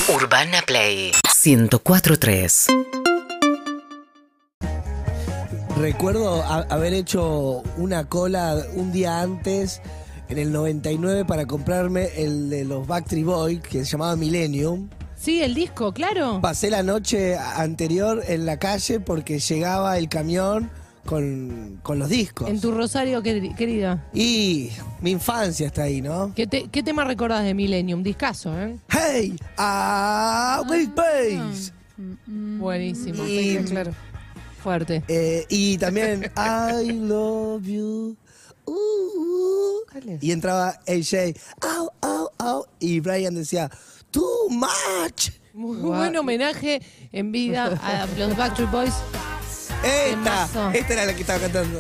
Urbana Play 104.3. Recuerdo haber hecho una cola un día antes, en el 99, para comprarme el de los Backstreet Boys, que se llamaba Millennium. Sí, el disco, claro. Pasé la noche anterior en la calle porque llegaba el camión con los discos. En tu Rosario, querida. Y mi infancia está ahí, ¿no? ¿Qué tema recordás de Millennium? Discazo, ¿eh? ¡Hey! Big Bass! Buenísimo. Y, Claro. Fuerte. Y también I love you. Y entraba AJ, au, au, au, y Brian decía, too much. Muy buen homenaje en vida a los Backstreet Boys. Esta era la que estaba cantando.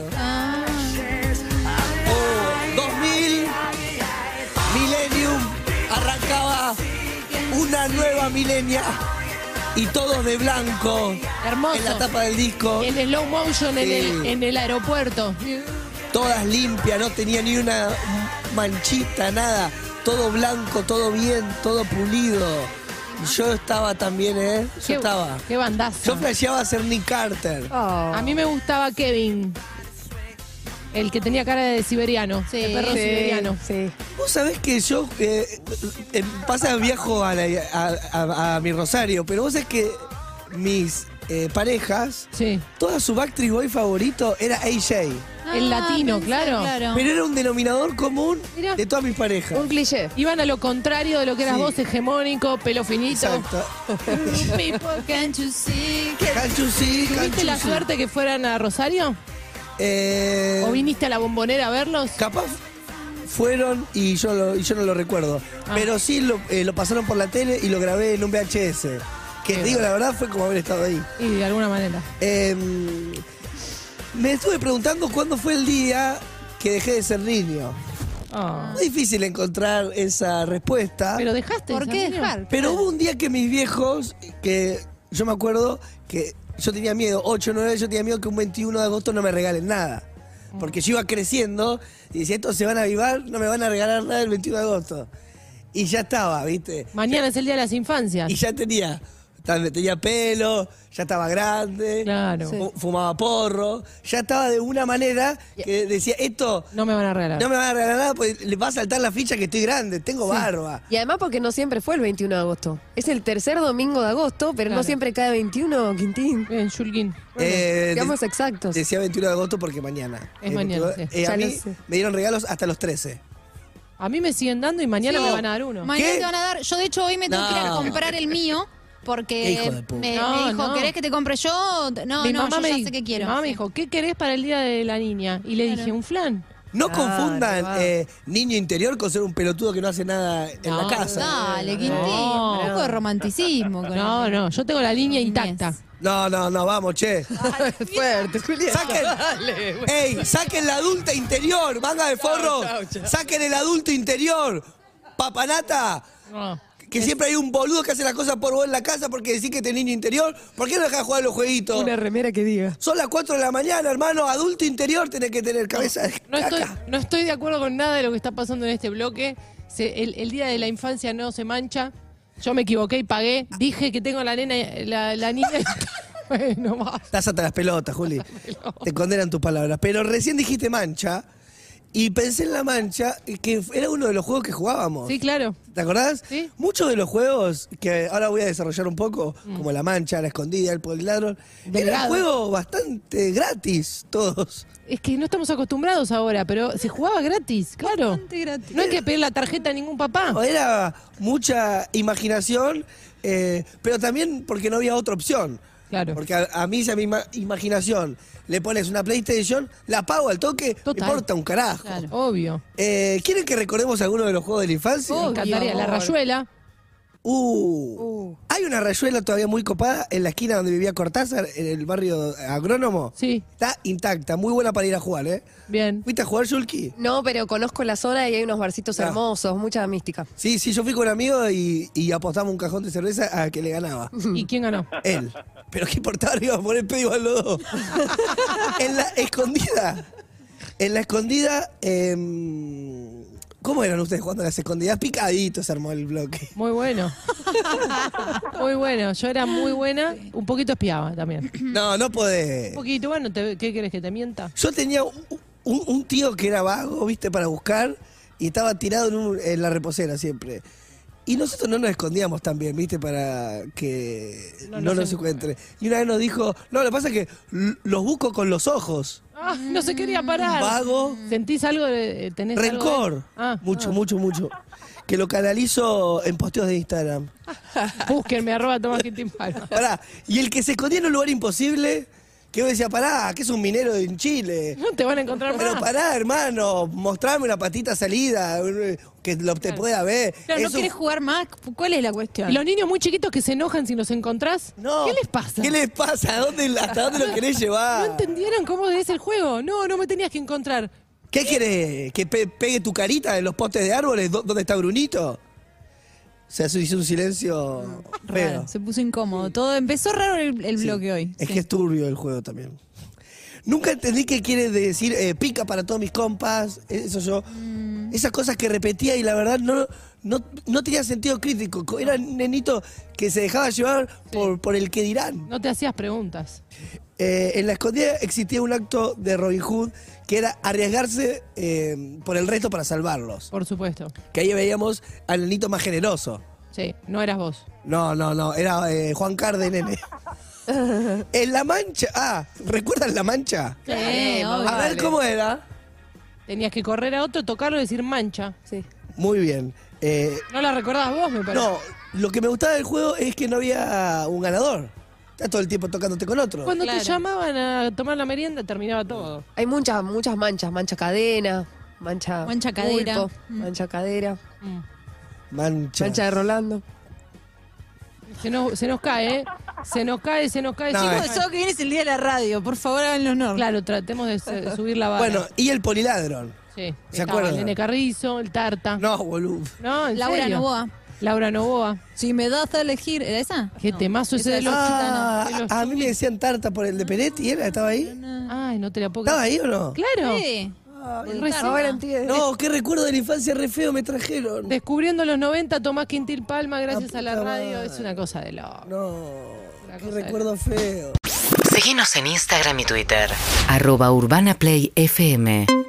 2000, Millennium, arrancaba una nueva milenia y todos de blanco. Hermoso. En la tapa del disco. En slow motion Sí. en el aeropuerto. Todas limpias, no tenía ni una manchita, nada. Todo blanco, todo bien, todo pulido. Yo estaba también, ¿eh? Yo estaba. Qué bandazo. Yo flasheaba a ser Nick Carter. A mí me gustaba Kevin. El que tenía cara de siberiano. Sí. De perro siberiano. Sí. Vos sabés que yo pasa viajo a mi Rosario, pero vos sabés que mis parejas, Sí. toda su Backstreet Boy favorito era AJ. El latino, pensé, claro. Pero era un denominador común Mirá. de todas mis parejas. Un cliché. Iban a lo contrario de lo que eras Sí. vos, hegemónico, pelo finito. Exacto. People, can't you see? Can't you see, can't ¿Tuviste you la see? suerte que fueran a Rosario? ¿O viniste a la Bombonera a verlos? Capaz fueron y yo no lo recuerdo. Pero sí lo pasaron por la tele y lo grabé en un VHS. Que Qué te digo, bueno. la verdad fue como haber estado ahí. Y de alguna manera. Me estuve preguntando cuándo fue el día que dejé de ser niño. Oh. Es difícil encontrar esa respuesta. Pero dejaste. ¿Por esa qué niña? dejar? Pero hubo un día que mis viejos, que yo me acuerdo que yo tenía miedo, 8 o 9, yo tenía miedo que un 21 de agosto no me regalen nada. Porque yo iba creciendo y decía, estos se van a avivar, no me van a regalar nada el 21 de agosto. Y ya estaba, ¿viste? Mañana es el Día de las Infancias. Y ya tenía pelo, ya estaba grande, Claro. Sí. fumaba porro, ya estaba de una manera que decía, esto No me van a regalar. no me va a regalar nada, pues le va a saltar la ficha que estoy grande, tengo barba. Y además porque no siempre fue el 21 de agosto. Es el tercer domingo de agosto, pero Claro. no siempre cae 21, Quintín. Bien, Shulkin. Seamos exactos. Decía 21 de agosto porque mañana. Es mañana, sí. A Ya mí lo sé. me dieron regalos hasta los 13. A mí me siguen dando y mañana Sí. me van a dar uno. Mañana ¿Qué? te van a dar. Yo, de hecho, hoy me tengo que ir a No. comprar el mío. Qué Porque hijo de puta. me No, dijo, no. ¿querés que te compre yo? No, Mi no, mamá yo me ya di- sé qué quiero. Mi mamá me Sí. dijo, ¿qué querés para el Día de la Niña? Y le dije, un flan. No Claro, confundan va. niño interior con ser un pelotudo que no hace nada en No, la casa. Dale, Quintín. No. Un poco de romanticismo. Con No, el- no, yo tengo la línea intacta. No, vamos, che. Fuerte, Julián. Saquen, ey, saquen la adulta interior, manga de forro. Saquen el adulto interior. Papanata. No. Que siempre hay un boludo que hace las cosas por vos en la casa porque decís que tenés niño interior. ¿Por qué no dejás jugar a los jueguitos? Una remera que diga. Son las 4 de la mañana, hermano. Adulto interior tenés que tener cabeza de No caca. estoy de acuerdo con nada de lo que está pasando en este bloque. El Día de la Infancia no se mancha. Yo me equivoqué y pagué. Dije que tengo la nena, la niña. Bueno, basta. Estás hasta las pelotas, Juli. Te condenan tus palabras. Pero recién dijiste mancha. Y pensé en la mancha, que era uno de los juegos que jugábamos. Sí, claro. ¿Te acordás? Sí. Muchos de los juegos, que ahora voy a desarrollar un poco, como la mancha, la escondida, el poliladrón, eran Delgado. juegos bastante gratis, todos. Es que no estamos acostumbrados ahora, pero se jugaba gratis, claro. Bastante gratis. No hay que pedir la tarjeta a ningún papá. Era mucha imaginación, pero también porque no había otra opción. Claro. Porque a mí, si a mi imaginación le pones una PlayStation, la apago al toque, Total. me importa un carajo. Claro. Obvio. ¿Quieren que recordemos alguno de los juegos de la infancia? Me encantaría. La rayuela. Hay una rayuela todavía muy copada en la esquina donde vivía Cortázar, en el barrio Agrónomo. Sí, Está intacta, muy buena para ir a jugar, ¿eh? bien. ¿Fuiste a jugar, Yulki? No, pero conozco la zona y hay unos barcitos Ah. hermosos, mucha mística. Sí, yo fui con un amigo y apostamos un cajón de cerveza a que le ganaba. ¿Y quién ganó? Él. Pero qué importaba, iba a poner pedo igual los dos. En la escondida, ¿Cómo eran ustedes jugando a las escondidas? Picaditos se armó el bloque. Muy bueno. Muy bueno. Yo era muy buena. Un poquito espiaba también. No, no podés. Un poquito, bueno, ¿qué querés que te mienta? Yo tenía un tío que era vago, viste, para buscar, y estaba tirado en la reposera siempre. Y nosotros no nos escondíamos también, viste, para que no nos encuentre. Y una vez nos dijo, no, lo que pasa es que los busco con los ojos. Ah, no se quería parar. Vago. ¿Sentís algo de tenés Rencor. algo de- Mucho, mucho, mucho. Que lo canalizo en posteos de Instagram. Búsquenme, @TomásQuintín-Palma. Pará, y el que se escondía en un lugar imposible, que yo decía, pará, que es un minero en Chile. No te van a encontrar Pero más. pará, hermano, mostrame una patita salida, que te pueda ver. Claro, no Eso- querés jugar más. ¿Cuál es la cuestión? Y los niños muy chiquitos que se enojan si los encontrás. No. ¿Qué les pasa? ¿Qué les pasa? ¿Hasta dónde lo querés ¿No llevar? entendieron cómo es el juego? No, no me tenías que encontrar. ¿Qué querés? ¿Que pegue tu carita en los postes de árboles? ¿Dónde está Brunito? Se hizo un silencio feo. Raro, se puso incómodo. Todo empezó raro el bloque hoy. Es Sí. que es turbio el juego también. Nunca entendí qué quiere decir pica para todos mis compas, eso yo. Esas cosas que repetía y la verdad no tenía sentido crítico. Era un nenito que se dejaba llevar por el que dirán. No te hacías preguntas. En la escondida existía un acto de Robin Hood que era arriesgarse por el resto para salvarlos. Por supuesto. Que ahí veíamos al nenito más generoso. Sí, no eras vos. No, era Juan Carde, nene. En La Mancha. ¿Recuerdan La Mancha? Sí, obvio. A ver cómo era. Tenías que correr a otro, tocarlo y decir mancha. Sí. Muy bien. No la recordás vos, me parece. No, lo que me gustaba del juego es que no había un ganador. Estás todo el tiempo tocándote con otro. Cuando Claro. te llamaban a tomar la merienda, terminaba todo. Hay muchas manchas. Mancha cadena, mancha Cadera. pulpo, mancha cadera, Mm. Mancha. mancha de Rolando. Se nos cae, ¿eh? Se nos cae. No, Chicos, Chicos, el sábado que viene es el día de la radio. Por favor, háganlo honor. claro, tratemos de subir la vara. Bueno, y el poliladrón. sí. ¿se Estaba acuerdan? el Nene Carrizo, el Tarta. No, boludo. No, ¿en Laura serio? Novoa. Laura Novoa. Si me das a elegir, ¿era esa? Qué No. temazo ese Esa de es los Ah, de los a mí me decían tarta por el de Peretti, ¿era? ¿Estaba ahí? Ay, no te la puedo ¿Estaba creer. ahí o no? Claro. Sí. Del Recién- Tarta. Ahora entiendo. No, qué recuerdo de la infancia re feo me trajeron. Descubriendo los 90, Tomás Quintil Palma, gracias La a la puta radio. madre. Es una cosa de loco. No, Una qué cosa de- recuerdo feo. Seguinos en Instagram y Twitter. @UrbanaPlayFM.